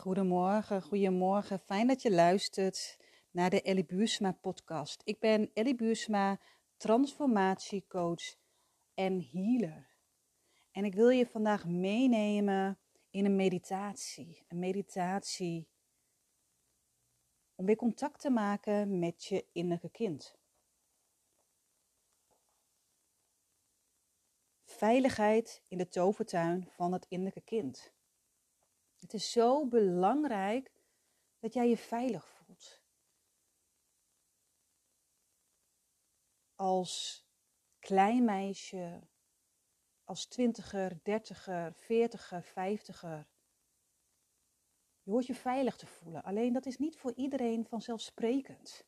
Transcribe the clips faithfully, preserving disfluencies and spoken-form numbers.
Goedemorgen, goedemorgen. Fijn dat je luistert naar de Ellie Buursma podcast. Ik ben Ellie Buursma, transformatiecoach en healer. En ik wil je vandaag meenemen in een meditatie. Een meditatie om weer contact te maken met je innerlijke kind. Veiligheid in de tovertuin van het innerlijke kind. Het is zo belangrijk dat jij je veilig voelt. Als klein meisje, als twintiger, dertiger, veertiger, vijftiger. Je hoort je veilig te voelen. Alleen dat is niet voor iedereen vanzelfsprekend.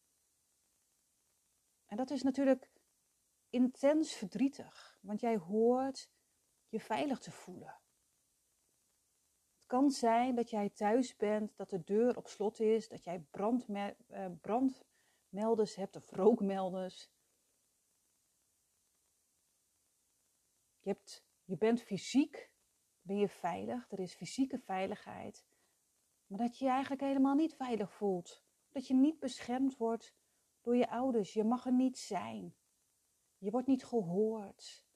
En dat is natuurlijk intens verdrietig. Want jij hoort je veilig te voelen. Het kan zijn dat jij thuis bent, dat de deur op slot is, dat jij brandme- eh, brandmelders hebt of rookmelders. Je, hebt, je bent fysiek, ben je veilig, er is fysieke veiligheid. Maar dat je je eigenlijk helemaal niet veilig voelt. Dat je niet beschermd wordt door je ouders. Je mag er niet zijn. Je wordt niet gehoord.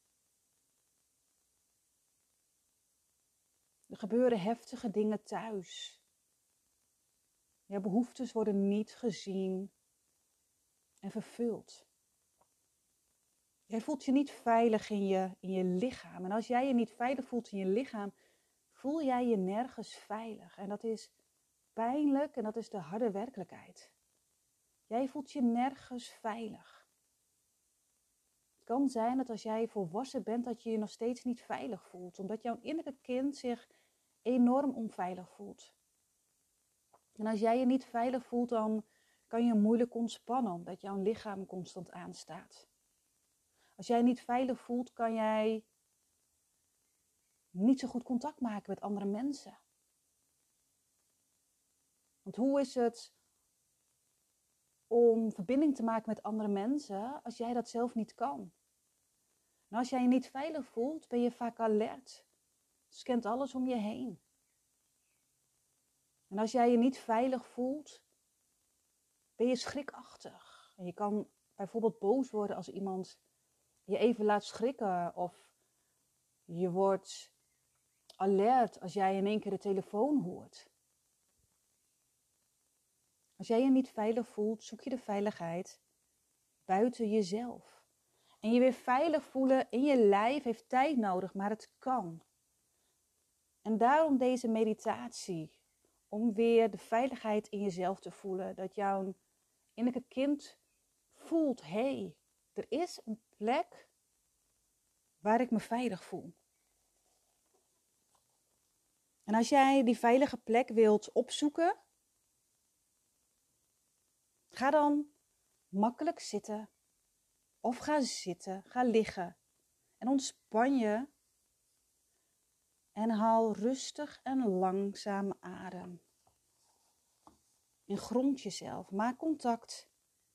Er gebeuren heftige dingen thuis. Je behoeftes worden niet gezien en vervuld. Jij voelt je niet veilig in je, in je lichaam. En als jij je niet veilig voelt in je lichaam, voel jij je nergens veilig. En dat is pijnlijk en dat is de harde werkelijkheid. Jij voelt je nergens veilig. Het kan zijn dat als jij volwassen bent, dat je je nog steeds niet veilig voelt. Omdat jouw innerlijke kind zich enorm onveilig voelt. En als jij je niet veilig voelt, dan kan je moeilijk ontspannen, omdat jouw lichaam constant aanstaat. Als jij je niet veilig voelt, kan jij niet zo goed contact maken met andere mensen. Want hoe is het om verbinding te maken met andere mensen als jij dat zelf niet kan? En als jij je niet veilig voelt, ben je vaak alert. Scant alles om je heen. En als jij je niet veilig voelt, ben je schrikachtig. En je kan bijvoorbeeld boos worden als iemand je even laat schrikken. Of je wordt alert als jij in één keer de telefoon hoort. Als jij je niet veilig voelt, zoek je de veiligheid buiten jezelf. En je weer veilig voelen in je lijf heeft tijd nodig, maar het kan. En daarom deze meditatie. Om weer de veiligheid in jezelf te voelen. Dat jouw innerlijke kind voelt, hé, hey, er is een plek waar ik me veilig voel. En als jij die veilige plek wilt opzoeken, ga dan makkelijk zitten. Of ga zitten, ga liggen. En ontspan je. En haal rustig en langzaam adem. En grond jezelf. Maak contact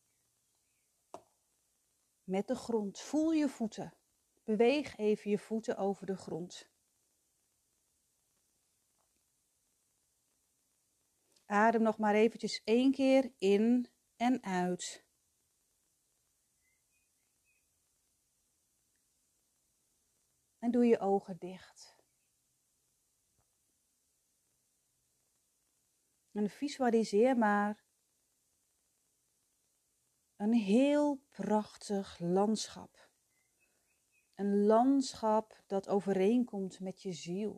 met de grond. Voel je voeten. Beweeg even je voeten over de grond. Adem nog maar eventjes één keer in en uit. En doe je ogen dicht. En visualiseer maar een heel prachtig landschap. Een landschap dat overeenkomt met je ziel.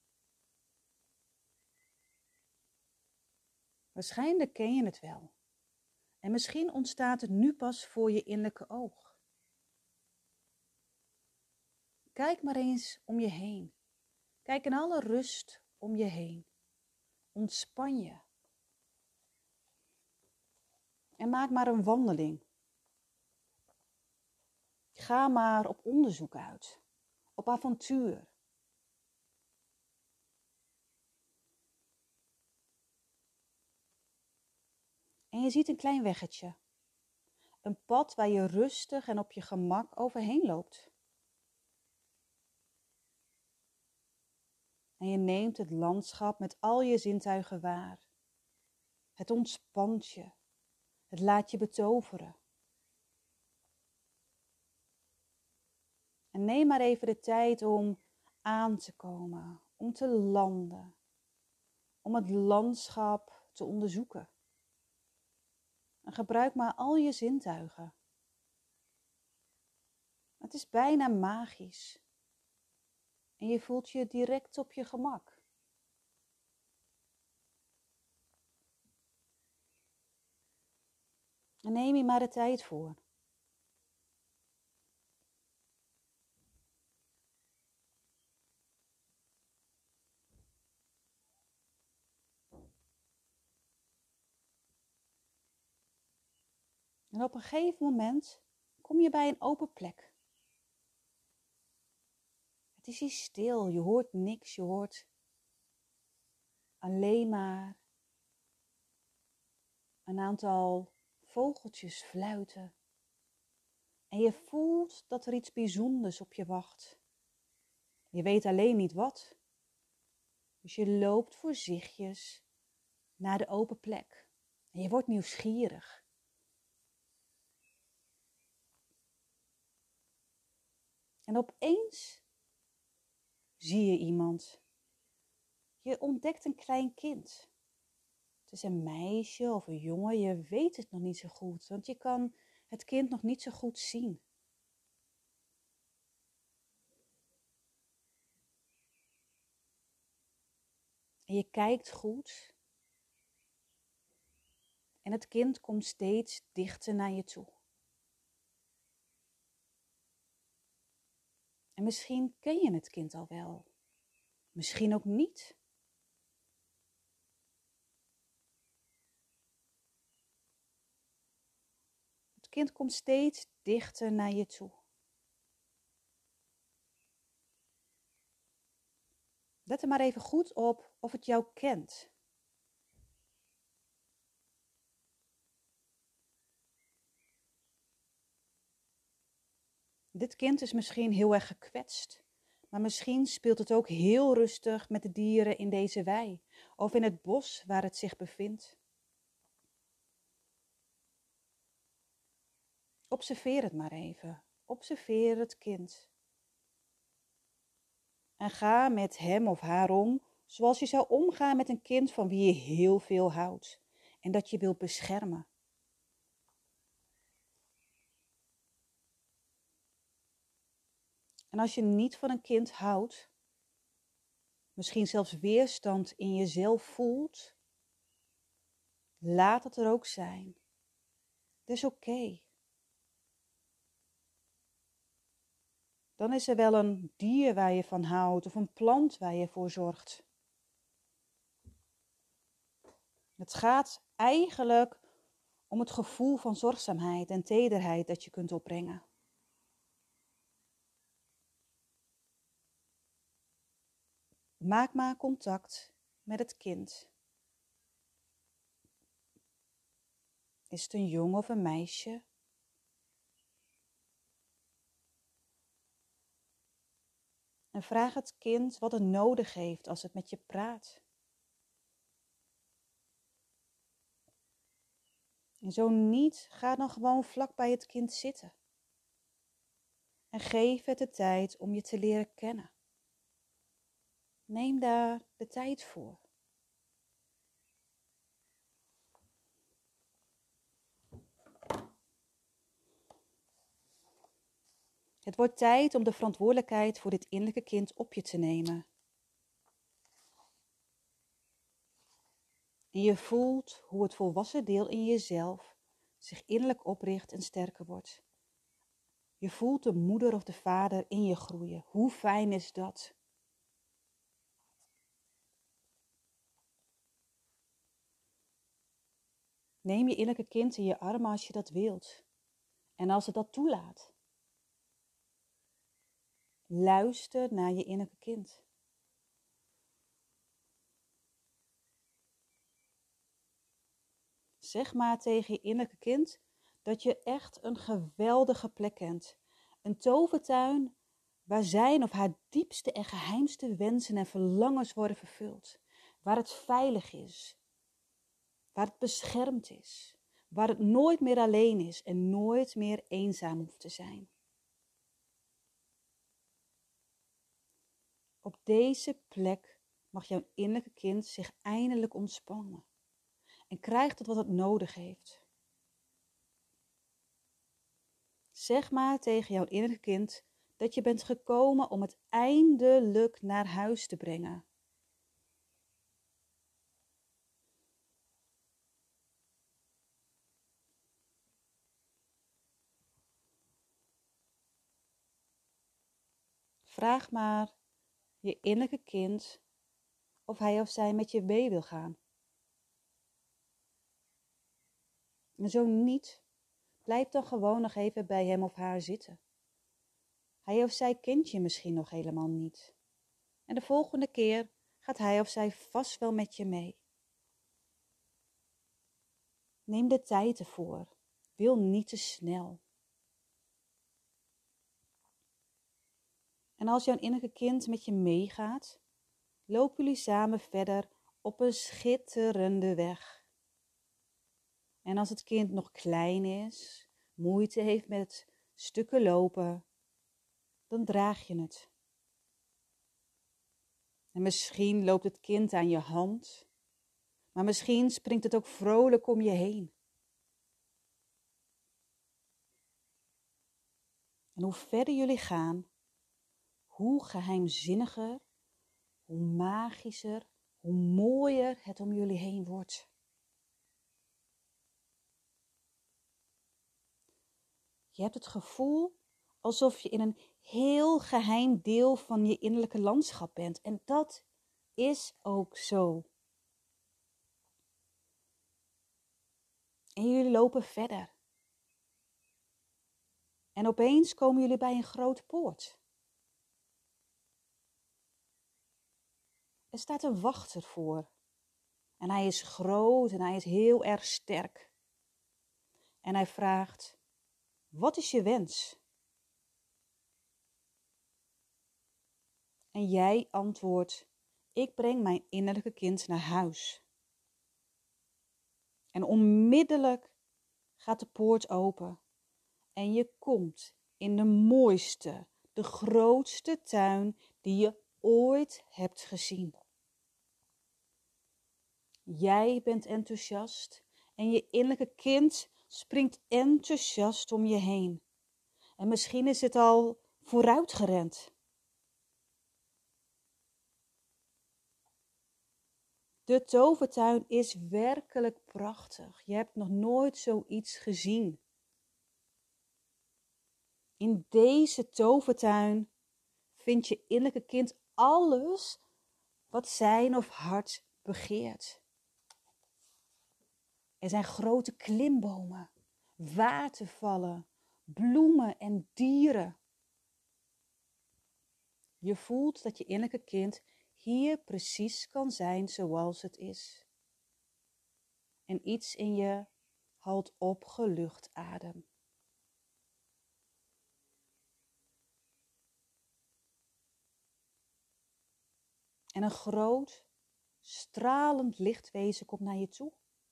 Waarschijnlijk ken je het wel. En misschien ontstaat het nu pas voor je innerlijke oog. Kijk maar eens om je heen. Kijk in alle rust om je heen. Ontspan je. En maak maar een wandeling. Ga maar op onderzoek uit. Op avontuur. En je ziet een klein weggetje. Een pad waar je rustig en op je gemak overheen loopt. En je neemt het landschap met al je zintuigen waar. Het ontspant je. Het laat je betoveren. En neem maar even de tijd om aan te komen, om te landen, om het landschap te onderzoeken. En gebruik maar al je zintuigen. Het is bijna magisch. En je voelt je direct op je gemak. En neem je maar de tijd voor. En op een gegeven moment kom je bij een open plek. Het is hier stil, je hoort niks, je hoort alleen maar een aantal vogeltjes fluiten. En je voelt dat er iets bijzonders op je wacht. Je weet alleen niet wat. Dus je loopt voorzichtig naar de open plek. En je wordt nieuwsgierig. En opeens zie je iemand. Je ontdekt een klein kind. Het is een meisje of een jongen, je weet het nog niet zo goed, want je kan het kind nog niet zo goed zien. En je kijkt goed. En het kind komt steeds dichter naar je toe. En misschien ken je het kind al wel. Misschien ook niet. Het kind komt steeds dichter naar je toe. Let er maar even goed op of het jou kent. Dit kind is misschien heel erg gekwetst, maar misschien speelt het ook heel rustig met de dieren in deze wei of in het bos waar het zich bevindt. Observeer het maar even. Observeer het kind. En ga met hem of haar om zoals je zou omgaan met een kind van wie je heel veel houdt en dat je wilt beschermen. En als je niet van een kind houdt, misschien zelfs weerstand in jezelf voelt, laat het er ook zijn. Dat is oké. Dan is er wel een dier waar je van houdt of een plant waar je voor zorgt. Het gaat eigenlijk om het gevoel van zorgzaamheid en tederheid dat je kunt opbrengen. Maak maar contact met het kind. Is het een jongen of een meisje? En vraag het kind wat het nodig heeft als het met je praat. En zo niet, ga dan gewoon vlak bij het kind zitten. En geef het de tijd om je te leren kennen. Neem daar de tijd voor. Het wordt tijd om de verantwoordelijkheid voor dit innerlijke kind op je te nemen. En je voelt hoe het volwassen deel in jezelf zich innerlijk opricht en sterker wordt. Je voelt de moeder of de vader in je groeien. Hoe fijn is dat? Neem je innerlijke kind in je armen als je dat wilt. En als het dat toelaat. Luister naar je innerlijke kind. Zeg maar tegen je innerlijke kind dat je echt een geweldige plek kent. Een tovertuin waar zijn of haar diepste en geheimste wensen en verlangens worden vervuld. Waar het veilig is, waar het beschermd is, waar het nooit meer alleen is en nooit meer eenzaam hoeft te zijn. Op deze plek mag jouw innerlijke kind zich eindelijk ontspannen en krijgt het wat het nodig heeft. Zeg maar tegen jouw innerlijke kind dat je bent gekomen om het eindelijk naar huis te brengen. Vraag maar je innerlijke kind of hij of zij met je mee wil gaan. En zo niet, blijf dan gewoon nog even bij hem of haar zitten. Hij of zij kent je misschien nog helemaal niet. En de volgende keer gaat hij of zij vast wel met je mee. Neem de tijd ervoor. Wil niet te snel. En als jouw innerlijke kind met je meegaat, lopen jullie samen verder op een schitterende weg. En als het kind nog klein is, moeite heeft met stukken lopen, dan draag je het. En misschien loopt het kind aan je hand, maar misschien springt het ook vrolijk om je heen. En hoe verder jullie gaan, hoe geheimzinniger, hoe magischer, hoe mooier het om jullie heen wordt. Je hebt het gevoel alsof je in een heel geheim deel van je innerlijke landschap bent. En dat is ook zo. En jullie lopen verder. En opeens komen jullie bij een grote poort. Er staat een wachter voor. En hij is groot en hij is heel erg sterk. En hij vraagt, wat is je wens? En jij antwoordt, ik breng mijn innerlijke kind naar huis. En onmiddellijk gaat de poort open. En je komt in de mooiste, de grootste tuin die je ooit hebt gezien. Jij bent enthousiast en je innerlijke kind springt enthousiast om je heen. En misschien is het al vooruitgerend. De tovertuin is werkelijk prachtig. Je hebt nog nooit zoiets gezien. In deze tovertuin vindt je innerlijke kind alles wat zijn of hart begeert. Er zijn grote klimbomen, watervallen, bloemen en dieren. Je voelt dat je innerlijke kind hier precies kan zijn zoals het is. En iets in je haalt opgelucht adem. En een groot, stralend lichtwezen komt naar je toe.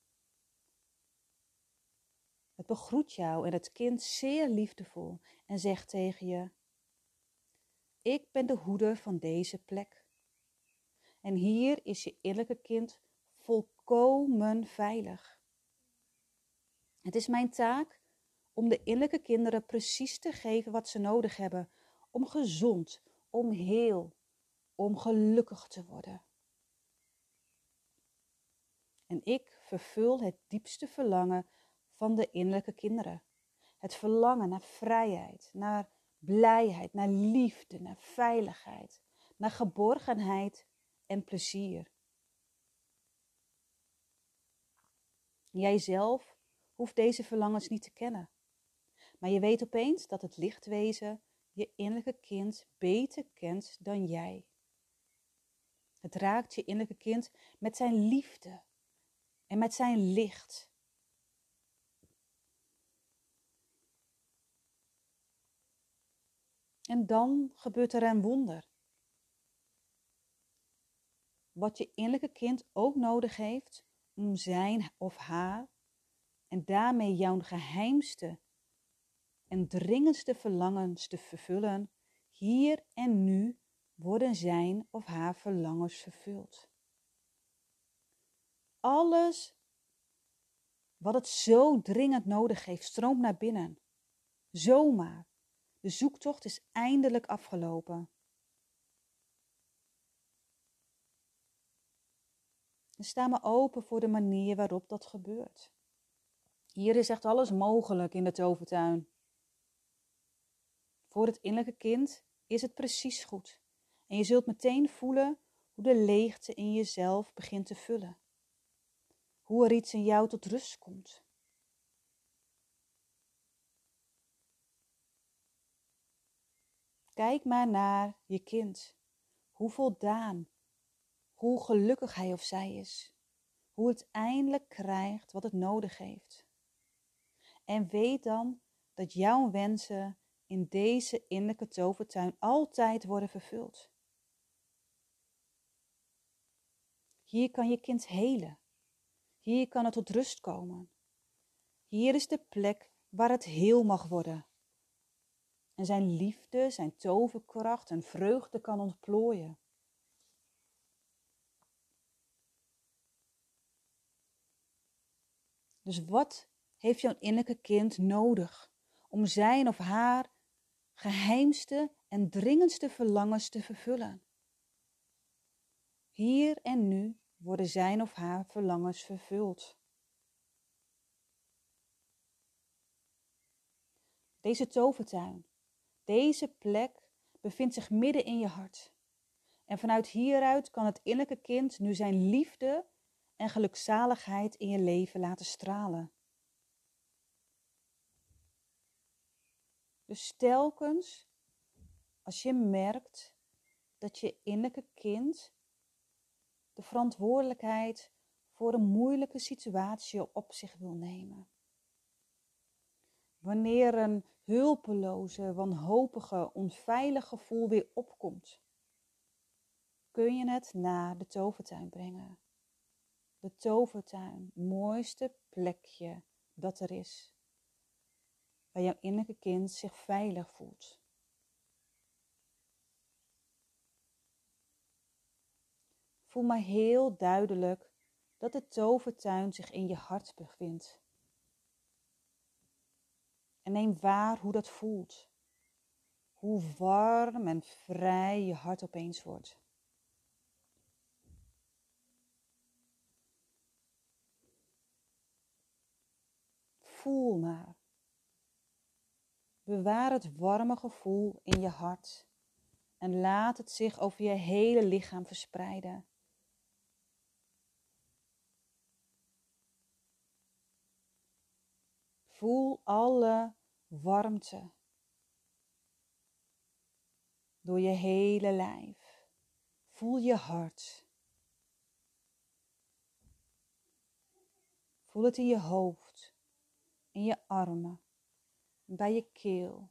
Het begroet jou en het kind zeer liefdevol en zegt tegen je, ik ben de hoeder van deze plek. En hier is je innerlijke kind volkomen veilig. Het is mijn taak om de innerlijke kinderen precies te geven wat ze nodig hebben om gezond, om heel, om gelukkig te worden. En ik vervul het diepste verlangen van de innerlijke kinderen. Het verlangen naar vrijheid, naar blijheid, naar liefde, naar veiligheid, naar geborgenheid en plezier. Jijzelf hoeft deze verlangens niet te kennen. Maar je weet opeens dat het lichtwezen je innerlijke kind beter kent dan jij. Het raakt je innerlijke kind met zijn liefde en met zijn licht. En dan gebeurt er een wonder. Wat je innerlijke kind ook nodig heeft om zijn of haar en daarmee jouw geheimste en dringendste verlangens te vervullen, hier en nu worden zijn of haar verlangens vervuld. Alles wat het zo dringend nodig heeft, stroomt naar binnen. Zomaar. De zoektocht is eindelijk afgelopen. En sta me open voor de manier waarop dat gebeurt. Hier is echt alles mogelijk in de tovertuin. Voor het innerlijke kind is het precies goed. En je zult meteen voelen hoe de leegte in jezelf begint te vullen. Hoe er iets in jou tot rust komt. Kijk maar naar je kind. Hoe voldaan, hoe gelukkig hij of zij is. Hoe het eindelijk krijgt wat het nodig heeft. En weet dan dat jouw wensen in deze innerlijke tovertuin altijd worden vervuld. Hier kan je kind helen. Hier kan het tot rust komen. Hier is de plek waar het heel mag worden. En zijn liefde, zijn toverkracht en vreugde kan ontplooien. Dus wat heeft jouw innerlijke kind nodig om zijn of haar geheimste en dringendste verlangens te vervullen? Hier en nu worden zijn of haar verlangens vervuld. Deze tovertuin, deze plek bevindt zich midden in je hart. En vanuit hieruit kan het innerlijke kind nu zijn liefde en gelukzaligheid in je leven laten stralen. Dus telkens als je merkt dat je innerlijke kind de verantwoordelijkheid voor een moeilijke situatie op zich wil nemen. Wanneer een hulpeloze, wanhopige, onveilig gevoel weer opkomt, kun je het naar de tovertuin brengen. De tovertuin, mooiste plekje dat er is. Waar jouw innerlijke kind zich veilig voelt. Voel maar heel duidelijk dat de tovertuin zich in je hart bevindt. En neem waar hoe dat voelt. Hoe warm en vrij je hart opeens wordt. Voel maar. Bewaar het warme gevoel in je hart. En laat het zich over je hele lichaam verspreiden. Voel alle warmte door je hele lijf. Voel je hart. Voel het in je hoofd, in je armen, bij je keel,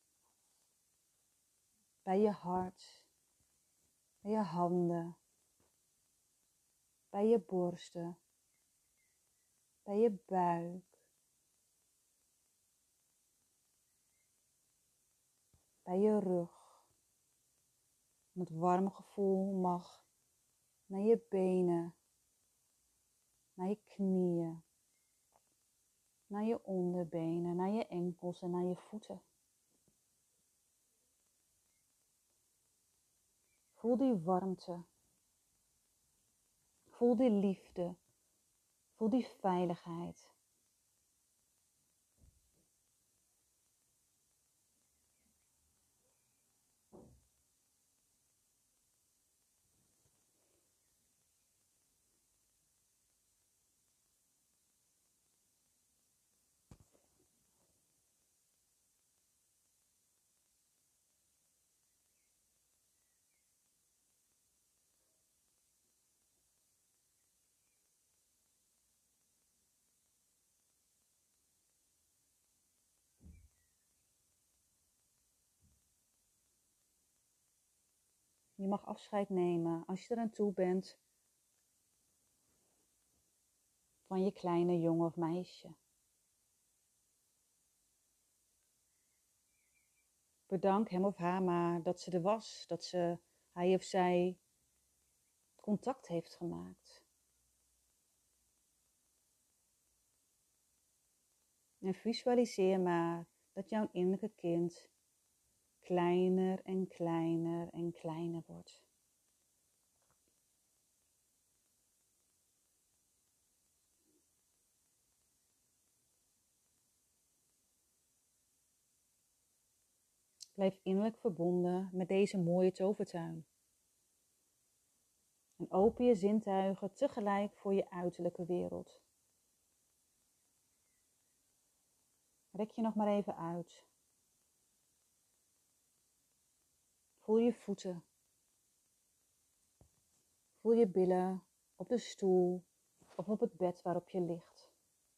bij je hart, bij je handen, bij je borsten, bij je buik, bij je rug. En het warme gevoel mag naar je benen, naar je knieën, naar je onderbenen, naar je enkels en naar je voeten. Voel die warmte. Voel die liefde. Voel die veiligheid. Je mag afscheid nemen als je eraan toe bent van je kleine jongen of meisje. Bedank hem of haar maar dat ze er was, dat ze, hij of zij contact heeft gemaakt. En visualiseer maar dat jouw innerlijke kind kleiner en kleiner en kleiner wordt. Blijf innerlijk verbonden met deze mooie tovertuin. En open je zintuigen tegelijk voor je uiterlijke wereld. Rek je nog maar even uit. Voel je voeten. Voel je billen op de stoel of op het bed waarop je ligt.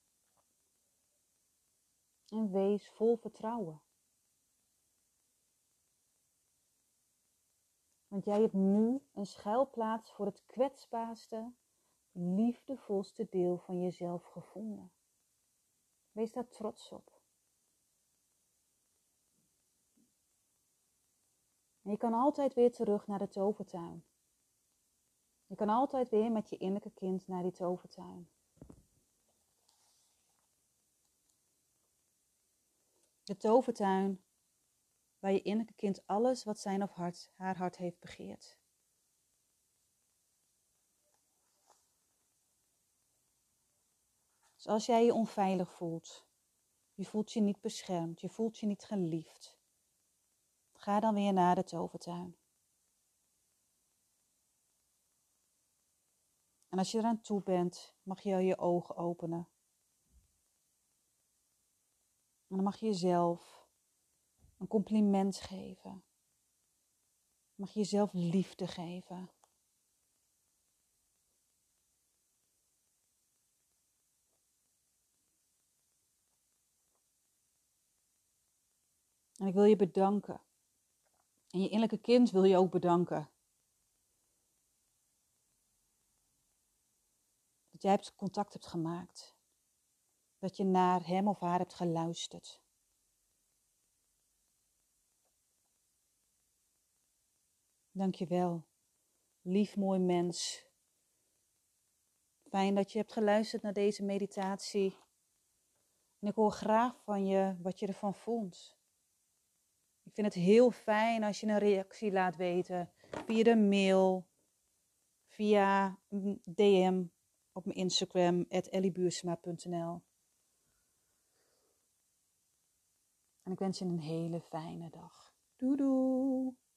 En wees vol vertrouwen. Want jij hebt nu een schuilplaats voor het kwetsbaarste, liefdevolste deel van jezelf gevonden. Wees daar trots op. En je kan altijd weer terug naar de tovertuin. Je kan altijd weer met je innerlijke kind naar die tovertuin. De tovertuin waar je innerlijke kind alles wat zijn of hart, haar hart heeft begeerd. Dus als jij je onveilig voelt, je voelt je niet beschermd, je voelt je niet geliefd, ga dan weer naar de tovertuin. En als je eraan toe bent, mag je je ogen openen. En dan mag je jezelf een compliment geven. Mag je jezelf liefde geven. En ik wil je bedanken. En je innerlijke kind wil je ook bedanken. Dat jij hebt contact hebt gemaakt. Dat je naar hem of haar hebt geluisterd. Dank je wel. Lief mooi mens. Fijn dat je hebt geluisterd naar deze meditatie. En ik hoor graag van je wat je ervan vond. Ik vind het heel fijn als je een reactie laat weten. Via de mail. Via D M op mijn Instagram. at ellie buursema punt n l. En ik wens je een hele fijne dag. Doei doei.